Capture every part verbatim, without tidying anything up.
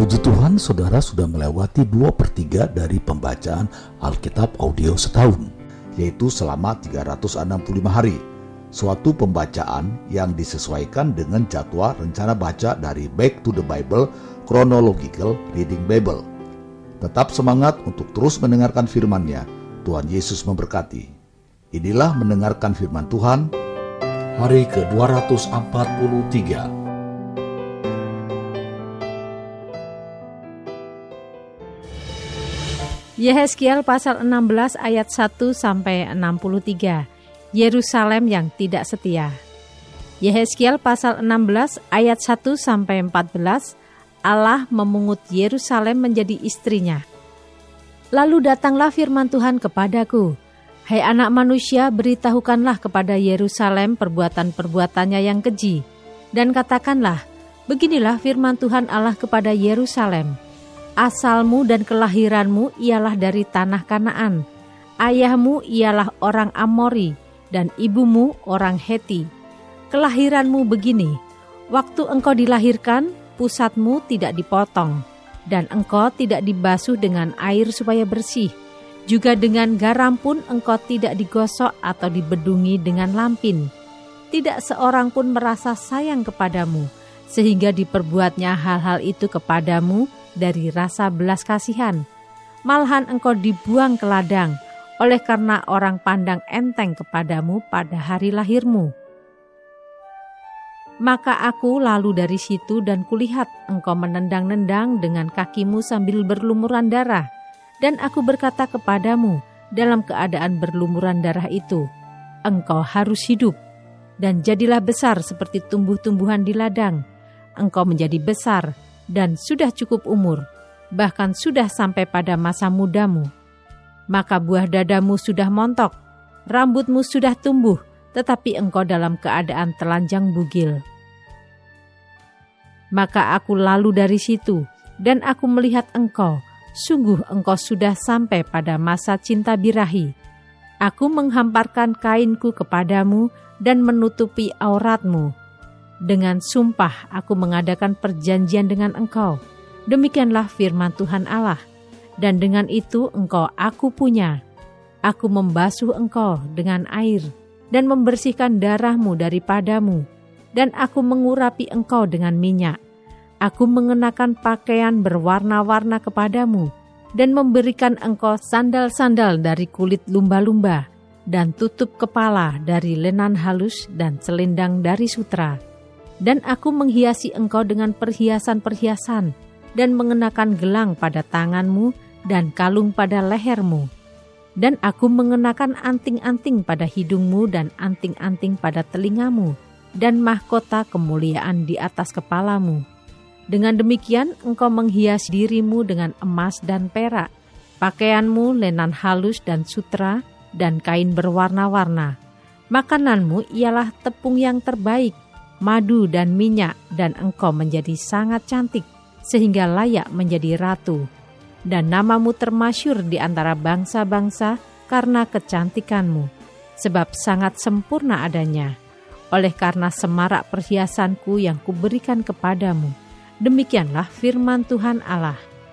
Puji Tuhan, saudara sudah melewati dua per tiga dari pembacaan Alkitab audio setahun, yaitu selama tiga ratus enam puluh lima hari. Suatu pembacaan yang disesuaikan dengan jadwal rencana baca dari Back to the Bible Chronological Reading Bible. Tetap semangat untuk terus mendengarkan firman-Nya. Tuhan Yesus memberkati. Inilah mendengarkan firman Tuhan, hari ke dua ratus empat puluh tiga. Yehezkiel pasal enam belas ayat satu sampai enam puluh tiga. Yerusalem yang tidak setia. Yehezkiel pasal enam belas ayat satu sampai empat belas. Allah memungut Yerusalem menjadi istrinya. Lalu datanglah firman Tuhan kepadaku, hai anak manusia, beritahukanlah kepada Yerusalem perbuatan-perbuatannya yang keji, dan katakanlah, beginilah firman Tuhan Allah kepada Yerusalem. Asalmu dan kelahiranmu ialah dari tanah Kanaan. Ayahmu ialah orang Amori, dan ibumu orang Heti. Kelahiranmu begini, waktu engkau dilahirkan, pusatmu tidak dipotong, dan engkau tidak dibasuh dengan air supaya bersih. Juga dengan garam pun engkau tidak digosok atau dibedungi dengan lampin. Tidak seorang pun merasa sayang kepadamu, sehingga diperbuatnya hal-hal itu kepadamu dari rasa belas kasihan. Malahan engkau dibuang ke ladang, oleh karena orang pandang enteng kepadamu pada hari lahirmu. Maka aku lalu dari situ dan kulihat engkau menendang-nendang dengan kakimu sambil berlumuran darah. Dan aku berkata kepadamu dalam keadaan berlumuran darah itu, engkau harus hidup, dan jadilah besar seperti tumbuh-tumbuhan di ladang. Engkau menjadi besar dan sudah cukup umur, bahkan sudah sampai pada masa mudamu. Maka buah dadamu sudah montok, rambutmu sudah tumbuh, tetapi engkau dalam keadaan telanjang bugil. Maka aku lalu dari situ, dan aku melihat engkau, sungguh engkau sudah sampai pada masa cinta birahi. Aku menghamparkan kainku kepadamu dan menutupi auratmu. Dengan sumpah aku mengadakan perjanjian dengan engkau. Demikianlah firman Tuhan Allah. Dan dengan itu engkau aku punya. Aku membasuh engkau dengan air dan membersihkan darahmu daripadamu. Dan aku mengurapi engkau dengan minyak. Aku mengenakan pakaian berwarna-warna kepadamu dan memberikan engkau sandal-sandal dari kulit lumba-lumba dan tutup kepala dari lenan halus dan selendang dari sutra. Dan aku menghiasi engkau dengan perhiasan-perhiasan dan mengenakan gelang pada tanganmu dan kalung pada lehermu. Dan aku mengenakan anting-anting pada hidungmu dan anting-anting pada telingamu, dan mahkota kemuliaan di atas kepalamu. Dengan demikian engkau menghias dirimu dengan emas dan perak, pakaianmu lenan halus dan sutra, dan kain berwarna-warna. Makananmu ialah tepung yang terbaik, madu dan minyak, dan engkau menjadi sangat cantik, sehingga layak menjadi ratu. Dan namamu termasyur di antara bangsa-bangsa karena kecantikanmu, sebab sangat sempurna adanya, oleh karena semarak perhiasanku yang kuberikan kepadamu. Demikianlah firman Tuhan Allah.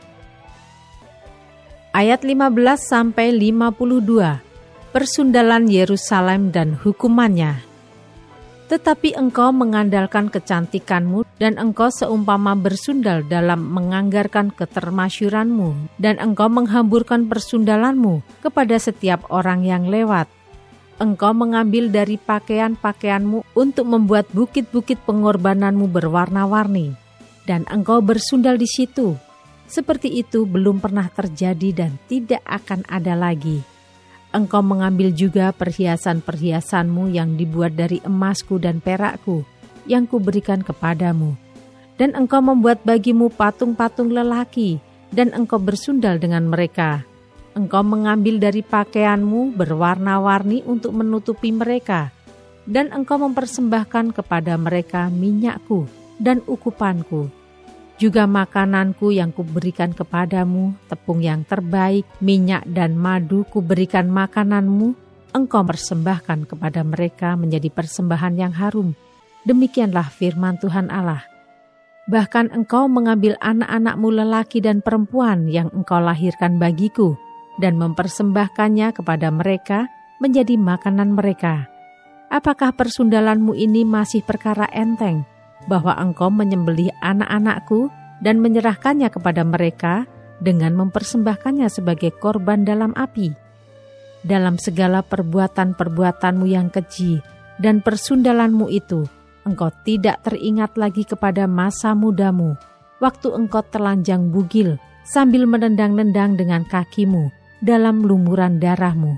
Ayat lima belas sampai lima puluh dua. Persundalan Yerusalem dan hukumannya. Tetapi engkau mengandalkan kecantikanmu, dan engkau seumpama bersundal dalam menganggarkan ketermasyuranmu, dan engkau menghamburkan persundalanmu kepada setiap orang yang lewat. Engkau mengambil dari pakaian-pakaianmu untuk membuat bukit-bukit pengorbananmu berwarna-warni, dan engkau bersundal di situ. Seperti itu belum pernah terjadi dan tidak akan ada lagi. Engkau mengambil juga perhiasan-perhiasanmu yang dibuat dari emasku dan perakku, yang kuberikan kepadamu. Dan engkau membuat bagimu patung-patung lelaki, dan engkau bersundal dengan mereka. Engkau mengambil dari pakaianmu berwarna-warni untuk menutupi mereka, dan engkau mempersembahkan kepada mereka minyakku dan ukupanku. Juga makananku yang kuberikan kepadamu, tepung yang terbaik, minyak dan madu kuberikan makananmu, engkau persembahkan kepada mereka menjadi persembahan yang harum. Demikianlah firman Tuhan Allah. Bahkan engkau mengambil anak-anakmu lelaki dan perempuan yang engkau lahirkan bagiku dan mempersembahkannya kepada mereka menjadi makanan mereka. Apakah persundalanmu ini masih perkara enteng, bahwa engkau menyembelih anak-anakku dan menyerahkannya kepada mereka dengan mempersembahkannya sebagai korban dalam api? Dalam segala perbuatan-perbuatanmu yang keji dan persundalanmu itu, engkau tidak teringat lagi kepada masa mudamu, waktu engkau telanjang bugil sambil menendang-nendang dengan kakimu dalam lumuran darahmu.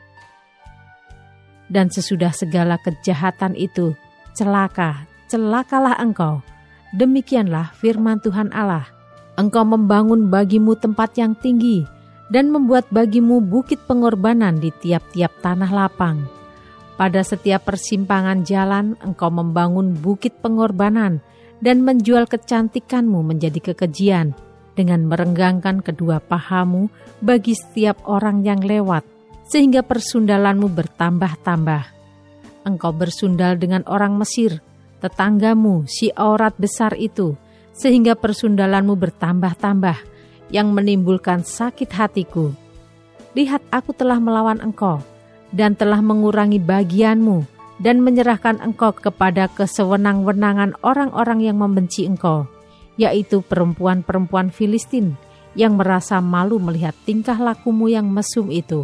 Dan sesudah segala kejahatan itu, celaka, celakalah engkau. Demikianlah firman Tuhan Allah. Engkau membangun bagimu tempat yang tinggi dan membuat bagimu bukit pengorbanan di tiap-tiap tanah lapang. Pada setiap persimpangan jalan engkau membangun bukit pengorbanan dan menjual kecantikanmu menjadi kekejian dengan merenggangkan kedua pahamu bagi setiap orang yang lewat, sehingga persundalanmu bertambah-tambah. Engkau bersundal dengan orang Mesir, tetanggamu si aurat besar itu, sehingga persundalanmu bertambah-tambah yang menimbulkan sakit hatiku. Lihat, aku telah melawan engkau dan telah mengurangi bagianmu dan menyerahkan engkau kepada kesewenang-wenangan orang-orang yang membenci engkau, yaitu perempuan-perempuan Filistin yang merasa malu melihat tingkah lakumu yang mesum itu.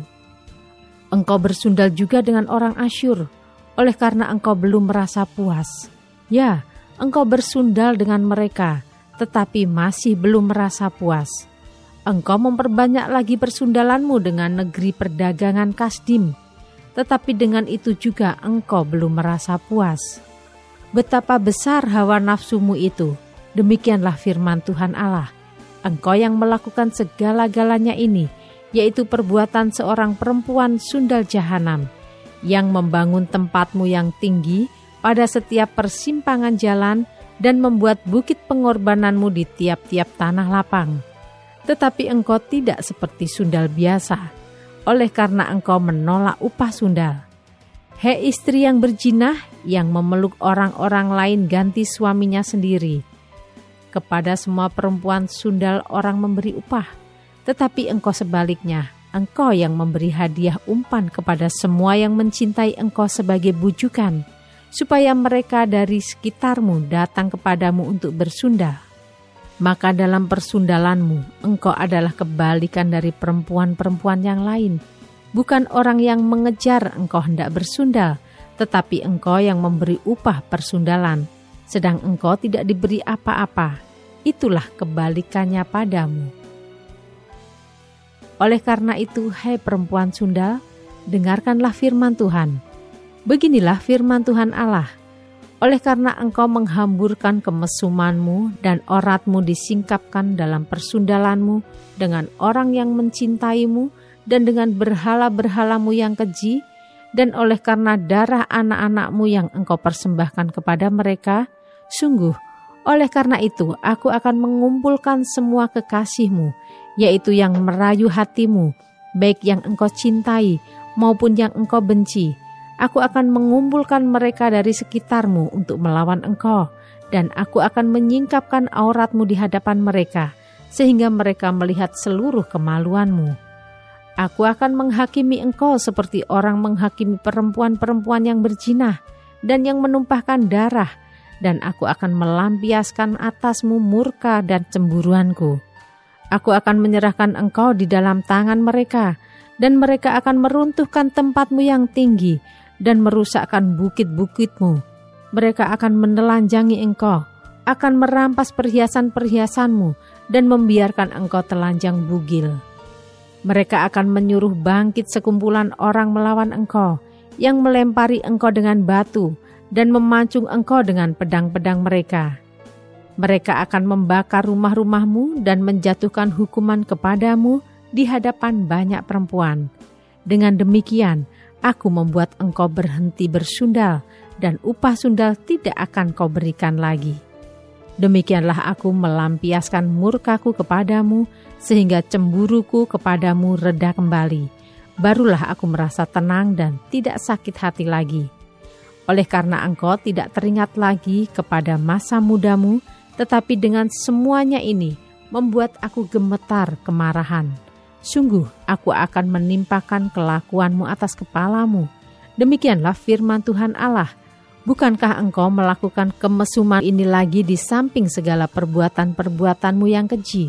Engkau bersundal juga dengan orang Asyur, oleh karena engkau belum merasa puas. Ya, engkau bersundal dengan mereka, tetapi masih belum merasa puas. Engkau memperbanyak lagi persundalanmu dengan negeri perdagangan Kasdim, tetapi dengan itu juga engkau belum merasa puas. Betapa besar hawa nafsumu itu, demikianlah firman Tuhan Allah. Engkau yang melakukan segala-galanya ini, yaitu perbuatan seorang perempuan sundal jahanam, yang membangun tempatmu yang tinggi pada setiap persimpangan jalan dan membuat bukit pengorbananmu di tiap-tiap tanah lapang. Tetapi engkau tidak seperti sundal biasa, oleh karena engkau menolak upah sundal. Hei istri yang berjinah, yang memeluk orang-orang lain ganti suaminya sendiri. Kepada semua perempuan sundal orang memberi upah, tetapi engkau sebaliknya, engkau yang memberi hadiah umpan kepada semua yang mencintai engkau sebagai bujukan, supaya mereka dari sekitarmu datang kepadamu untuk bersundal. Maka dalam persundalanmu, engkau adalah kebalikan dari perempuan-perempuan yang lain. Bukan orang yang mengejar engkau hendak bersundal, tetapi engkau yang memberi upah persundalan, sedang engkau tidak diberi apa-apa. Itulah kebalikannya padamu. Oleh karena itu, hai perempuan sundal, dengarkanlah firman Tuhan. Beginilah firman Tuhan Allah. Oleh karena engkau menghamburkan kemesumanmu dan oratmu disingkapkan dalam persundalanmu dengan orang yang mencintaimu dan dengan berhala-berhalamu yang keji, dan oleh karena darah anak-anakmu yang engkau persembahkan kepada mereka, sungguh, oleh karena itu aku akan mengumpulkan semua kekasihmu, yaitu yang merayu hatimu, baik yang engkau cintai maupun yang engkau benci. Aku akan mengumpulkan mereka dari sekitarmu untuk melawan engkau, dan aku akan menyingkapkan auratmu di hadapan mereka, sehingga mereka melihat seluruh kemaluanmu. Aku akan menghakimi engkau seperti orang menghakimi perempuan-perempuan yang berzinah dan yang menumpahkan darah, dan aku akan melampiaskan atasmu murka dan cemburuanku. Aku akan menyerahkan engkau di dalam tangan mereka, dan mereka akan meruntuhkan tempatmu yang tinggi, dan merusakkan bukit-bukitmu. Mereka akan menelanjangi engkau, akan merampas perhiasan-perhiasanmu, dan membiarkan engkau telanjang bugil. Mereka akan menyuruh bangkit sekumpulan orang melawan engkau, yang melempari engkau dengan batu, dan memancung engkau dengan pedang-pedang mereka. Mereka akan membakar rumah-rumahmu dan menjatuhkan hukuman kepadamu di hadapan banyak perempuan. Dengan demikian, aku membuat engkau berhenti bersundal, dan upah sundal tidak akan kau berikan lagi. Demikianlah aku melampiaskan murkaku kepadamu, sehingga cemburuku kepadamu reda kembali. Barulah aku merasa tenang dan tidak sakit hati lagi. Oleh karena engkau tidak teringat lagi kepada masa mudamu, Tetapi dengan semuanya ini membuat aku gemetar kemarahan. Sungguh aku akan menimpakan kelakuanmu atas kepalamu. Demikianlah firman Tuhan Allah. Bukankah engkau melakukan kemesuman ini lagi di samping segala perbuatan-perbuatanmu yang keji?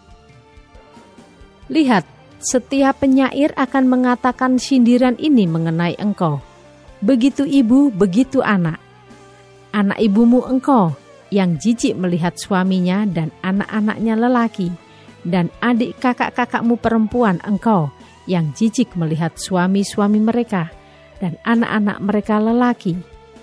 Lihat, setiap penyair akan mengatakan sindiran ini mengenai engkau. Begitu ibu, begitu anak. Anak ibumu engkau, yang jijik melihat suaminya dan anak-anaknya lelaki, dan adik kakak-kakakmu perempuan engkau, yang jijik melihat suami-suami mereka, dan anak-anak mereka lelaki.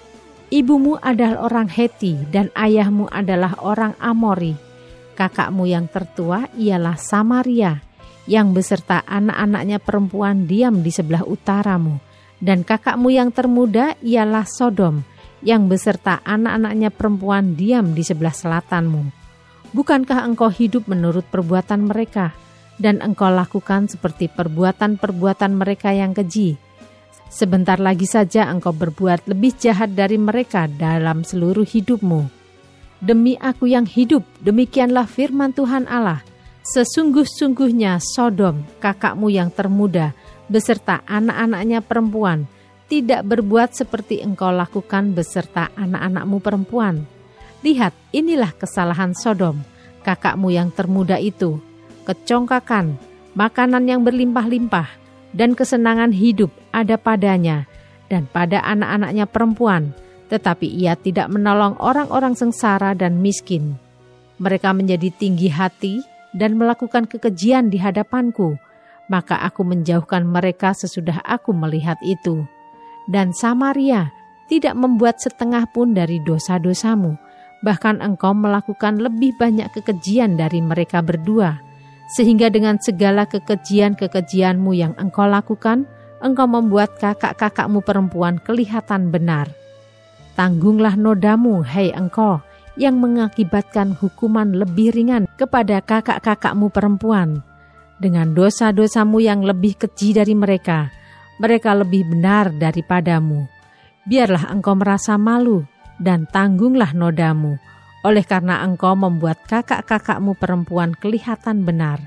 Ibumu adalah orang Heti dan ayahmu adalah orang Amori. Kakakmu yang tertua ialah Samaria, yang beserta anak-anaknya perempuan diam di sebelah utaramu. Dan kakakmu yang termuda ialah Sodom, yang beserta anak-anaknya perempuan diam di sebelah selatanmu. Bukankah engkau hidup menurut perbuatan mereka, dan engkau lakukan seperti perbuatan-perbuatan mereka yang keji? Sebentar lagi saja engkau berbuat lebih jahat dari mereka dalam seluruh hidupmu. Demi aku yang hidup, demikianlah firman Tuhan Allah, sesungguh-sungguhnya Sodom, kakakmu yang termuda, beserta anak-anaknya perempuan, tidak berbuat seperti engkau lakukan beserta anak-anakmu perempuan. Lihat, inilah kesalahan Sodom, kakakmu yang termuda itu, kecongkakan, makanan yang berlimpah-limpah, dan kesenangan hidup ada padanya dan pada anak-anaknya perempuan, tetapi ia tidak menolong orang-orang sengsara dan miskin. Mereka menjadi tinggi hati dan melakukan kekejian di hadapanku, maka aku menjauhkan mereka sesudah aku melihat itu. Dan Samaria tidak membuat setengah pun dari dosa-dosamu, bahkan engkau melakukan lebih banyak kekejian dari mereka berdua. Sehingga dengan segala kekejian-kekejianmu yang engkau lakukan, engkau membuat kakak-kakakmu perempuan kelihatan benar. Tanggunglah nodamu, hai engkau, yang mengakibatkan hukuman lebih ringan kepada kakak-kakakmu perempuan. Dengan dosa-dosamu yang lebih keji dari mereka, mereka lebih benar daripadamu. Biarlah engkau merasa malu dan tanggunglah nodamu, oleh karena engkau membuat kakak-kakakmu perempuan kelihatan benar.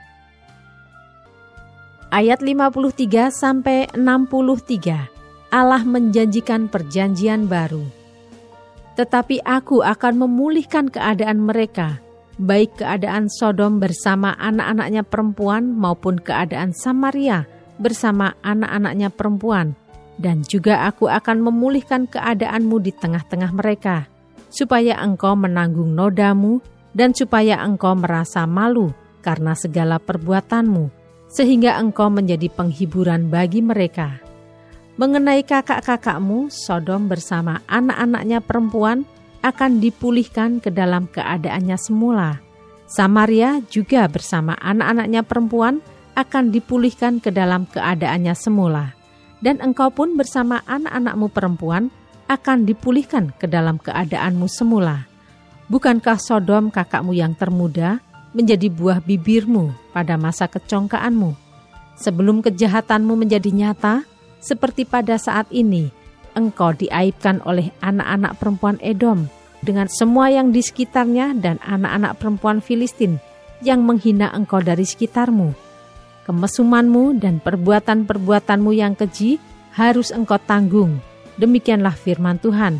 Ayat lima puluh tiga sampai enam puluh tiga. Allah menjanjikan perjanjian baru. Tetapi aku akan memulihkan keadaan mereka, baik keadaan Sodom bersama anak-anaknya perempuan maupun keadaan Samaria bersama anak-anaknya perempuan, dan juga aku akan memulihkan keadaanmu di tengah-tengah mereka, supaya engkau menanggung nodamu dan supaya engkau merasa malu karena segala perbuatanmu, sehingga engkau menjadi penghiburan bagi mereka. Mengenai kakak-kakakmu, Sodom bersama anak-anaknya perempuan akan dipulihkan ke dalam keadaannya semula. Samaria juga bersama anak-anaknya perempuan akan dipulihkan ke dalam keadaannya semula. Dan engkau pun bersama anak-anakmu perempuan akan dipulihkan ke dalam keadaanmu semula. Bukankah Sodom kakakmu yang termuda menjadi buah bibirmu pada masa kecongkaanmu? Sebelum kejahatanmu menjadi nyata, seperti pada saat ini, engkau diaibkan oleh anak-anak perempuan Edom dengan semua yang di sekitarnya dan anak-anak perempuan Filistin yang menghina engkau dari sekitarmu. Kemesumanmu dan perbuatan-perbuatanmu yang keji harus engkau tanggung. Demikianlah firman Tuhan.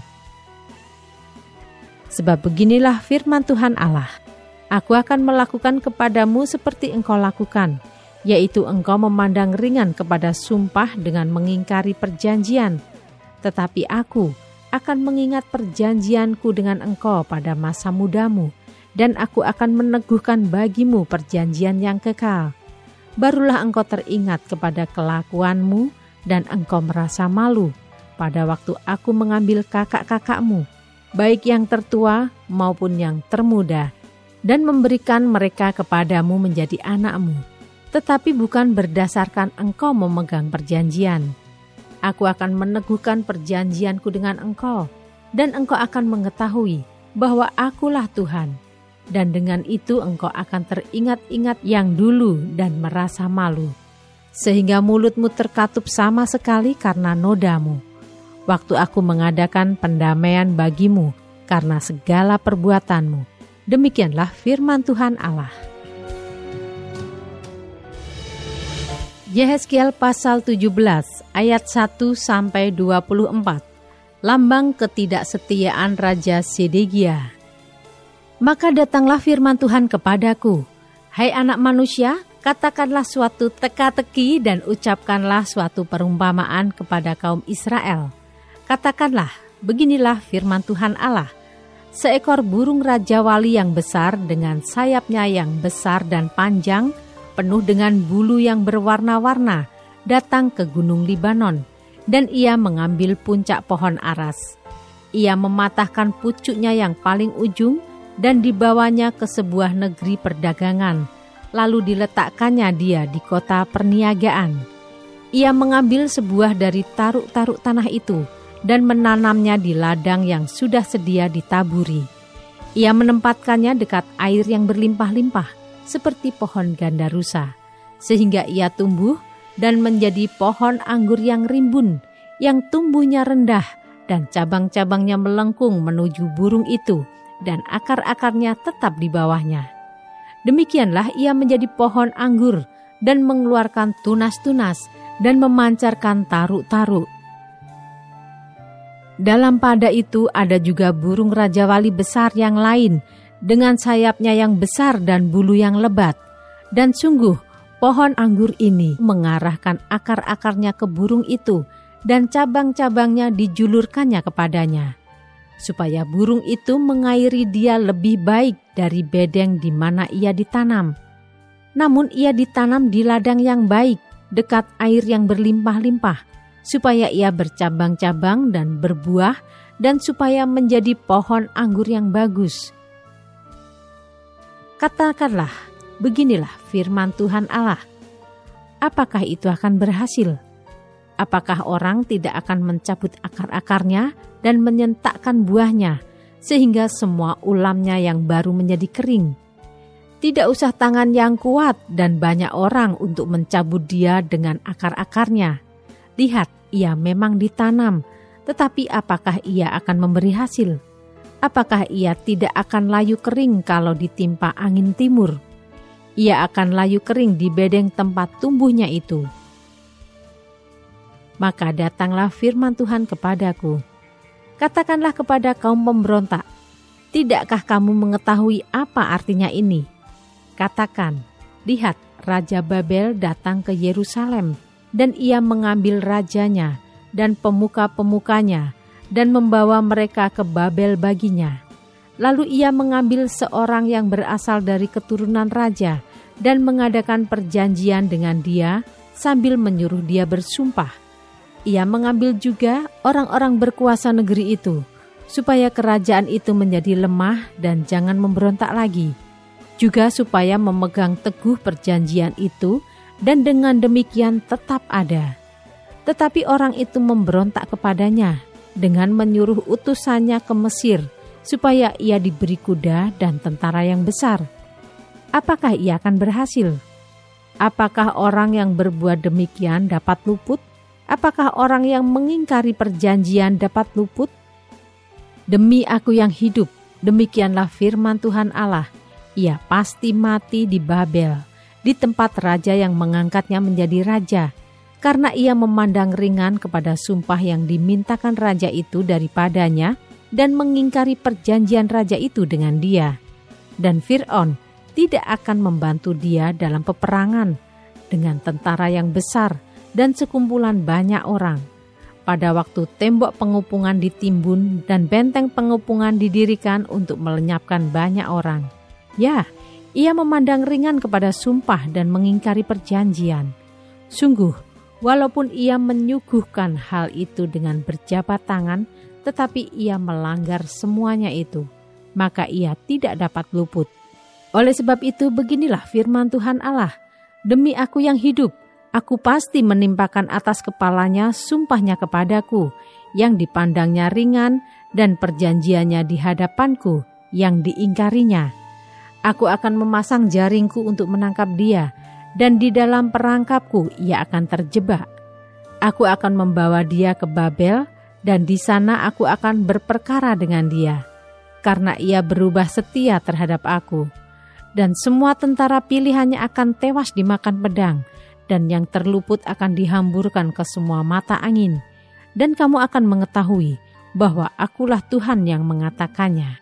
Sebab beginilah firman Tuhan Allah, aku akan melakukan kepadamu seperti engkau lakukan, yaitu engkau memandang ringan kepada sumpah dengan mengingkari perjanjian. Tetapi aku akan mengingat perjanjianku dengan engkau pada masa mudamu, dan aku akan meneguhkan bagimu perjanjian yang kekal. Barulah engkau teringat kepada kelakuanmu, dan engkau merasa malu pada waktu aku mengambil kakak-kakakmu, baik yang tertua maupun yang termuda, dan memberikan mereka kepadamu menjadi anakmu, tetapi bukan berdasarkan engkau memegang perjanjian. Aku akan meneguhkan perjanjianku dengan engkau, dan engkau akan mengetahui bahwa akulah Tuhan, dan dengan itu engkau akan teringat-ingat yang dulu dan merasa malu, sehingga mulutmu terkatup sama sekali karena nodamu. Waktu aku mengadakan pendamaian bagimu karena segala perbuatanmu, Demikianlah firman Tuhan Allah. Yehezkiel pasal tujuh belas ayat satu sampai dua puluh empat. Lambang ketidaksetiaan Raja Sedekia. Maka datanglah firman Tuhan kepadaku, hai anak manusia, katakanlah suatu teka-teki dan ucapkanlah suatu perumpamaan kepada kaum Israel. Katakanlah, beginilah firman Tuhan Allah. Seekor burung raja wali yang besar dengan sayapnya yang besar dan panjang, penuh dengan bulu yang berwarna-warna, datang ke gunung Libanon, dan ia mengambil puncak pohon aras. Ia mematahkan pucuknya yang paling ujung dan dibawanya ke sebuah negeri perdagangan, lalu diletakkannya dia di kota perniagaan. Ia mengambil sebuah dari taruk-taruk tanah itu dan menanamnya di ladang yang sudah sedia ditaburi. Ia menempatkannya dekat air yang berlimpah-limpah, seperti pohon gandarusa, sehingga ia tumbuh dan menjadi pohon anggur yang rimbun, yang tumbuhnya rendah, dan cabang-cabangnya melengkung menuju burung itu, dan akar-akarnya tetap di bawahnya. Demikianlah ia menjadi pohon anggur, dan mengeluarkan tunas-tunas, dan memancarkan taruk-taruk. Dalam pada itu ada juga burung raja wali besar yang lain, dengan sayapnya yang besar dan bulu yang lebat. Dan sungguh, pohon anggur ini mengarahkan akar-akarnya ke burung itu, dan cabang-cabangnya dijulurkannya kepadanya, supaya burung itu mengairi dia lebih baik dari bedeng di mana ia ditanam. Namun ia ditanam di ladang yang baik, dekat air yang berlimpah-limpah, supaya ia bercabang-cabang dan berbuah, dan supaya menjadi pohon anggur yang bagus. Katakanlah, beginilah firman Tuhan Allah. Apakah itu akan berhasil? Apakah orang tidak akan mencabut akar-akarnya dan menyentakkan buahnya, sehingga semua ulamnya yang baru menjadi kering? Tidak usah tangan yang kuat dan banyak orang untuk mencabut dia dengan akar-akarnya. Lihat, ia memang ditanam, tetapi apakah ia akan memberi hasil? Apakah ia tidak akan layu kering kalau ditimpa angin timur? Ia akan layu kering di bedeng tempat tumbuhnya itu. Maka datanglah firman Tuhan kepadaku. Katakanlah kepada kaum pemberontak, tidakkah kamu mengetahui apa artinya ini? Katakan, lihat, Raja Babel datang ke Yerusalem, dan ia mengambil rajanya dan pemuka-pemukanya dan membawa mereka ke Babel baginya. Lalu ia mengambil seorang yang berasal dari keturunan raja dan mengadakan perjanjian dengan dia sambil menyuruh dia bersumpah. Ia mengambil juga orang-orang berkuasa negeri itu, supaya kerajaan itu menjadi lemah dan jangan memberontak lagi. Juga supaya memegang teguh perjanjian itu, dan dengan demikian tetap ada. Tetapi orang itu memberontak kepadanya dengan menyuruh utusannya ke Mesir, supaya ia diberi kuda dan tentara yang besar. Apakah ia akan berhasil? Apakah orang yang berbuat demikian dapat luput? Apakah orang yang mengingkari perjanjian dapat luput? Demi aku yang hidup, demikianlah firman Tuhan Allah, ia pasti mati di Babel, di tempat raja yang mengangkatnya menjadi raja, karena ia memandang ringan kepada sumpah yang dimintakan raja itu daripadanya dan mengingkari perjanjian raja itu dengan dia. Dan Fir'aun tidak akan membantu dia dalam peperangan dengan tentara yang besar dan sekumpulan banyak orang. Pada waktu tembok pengepungan ditimbun dan benteng pengepungan didirikan untuk melenyapkan banyak orang. Ya, ia memandang ringan kepada sumpah dan mengingkari perjanjian. Sungguh, walaupun ia menyuguhkan hal itu dengan berjabat tangan, tetapi ia melanggar semuanya itu, maka ia tidak dapat luput. Oleh sebab itu, beginilah firman Tuhan Allah, demi aku yang hidup, aku pasti menimpakan atas kepalanya sumpahnya kepadaku, yang dipandangnya ringan, dan perjanjiannya di hadapanku, yang diingkarinya. Aku akan memasang jaringku untuk menangkap dia, dan di dalam perangkapku ia akan terjebak. Aku akan membawa dia ke Babel, dan di sana aku akan berperkara dengan dia. karena ia berubah setia terhadap aku. Dan semua tentara pilihannya akan tewas dimakan pedang, dan yang terluput akan dihamburkan ke semua mata angin. Dan kamu akan mengetahui bahwa akulah Tuhan yang mengatakannya.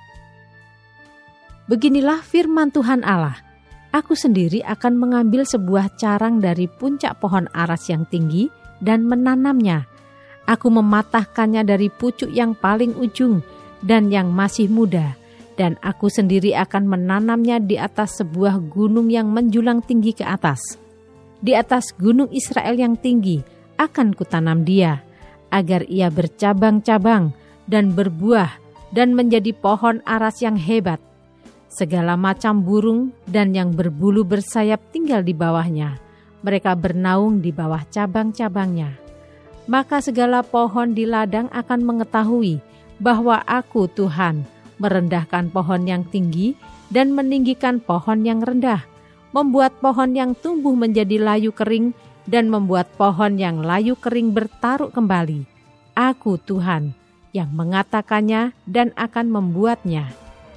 Beginilah firman Tuhan Allah, aku sendiri akan mengambil sebuah carang dari puncak pohon aras yang tinggi dan menanamnya. Aku mematahkannya dari pucuk yang paling ujung dan yang masih muda, dan aku sendiri akan menanamnya di atas sebuah gunung yang menjulang tinggi ke atas. Di atas gunung Israel yang tinggi akan kutanam dia, agar ia bercabang-cabang dan berbuah dan menjadi pohon aras yang hebat. Segala macam burung dan yang berbulu bersayap tinggal di bawahnya. Mereka bernaung di bawah cabang-cabangnya. Maka segala pohon di ladang akan mengetahui bahwa aku Tuhan merendahkan pohon yang tinggi dan meninggikan pohon yang rendah, membuat pohon yang tumbuh menjadi layu kering dan membuat pohon yang layu kering bertaruk kembali. Aku Tuhan yang mengatakannya dan akan membuatnya.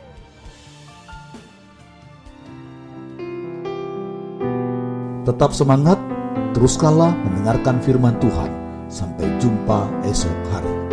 Tetap semangat, teruskanlah mendengarkan firman Tuhan. Sampai jumpa esok hari.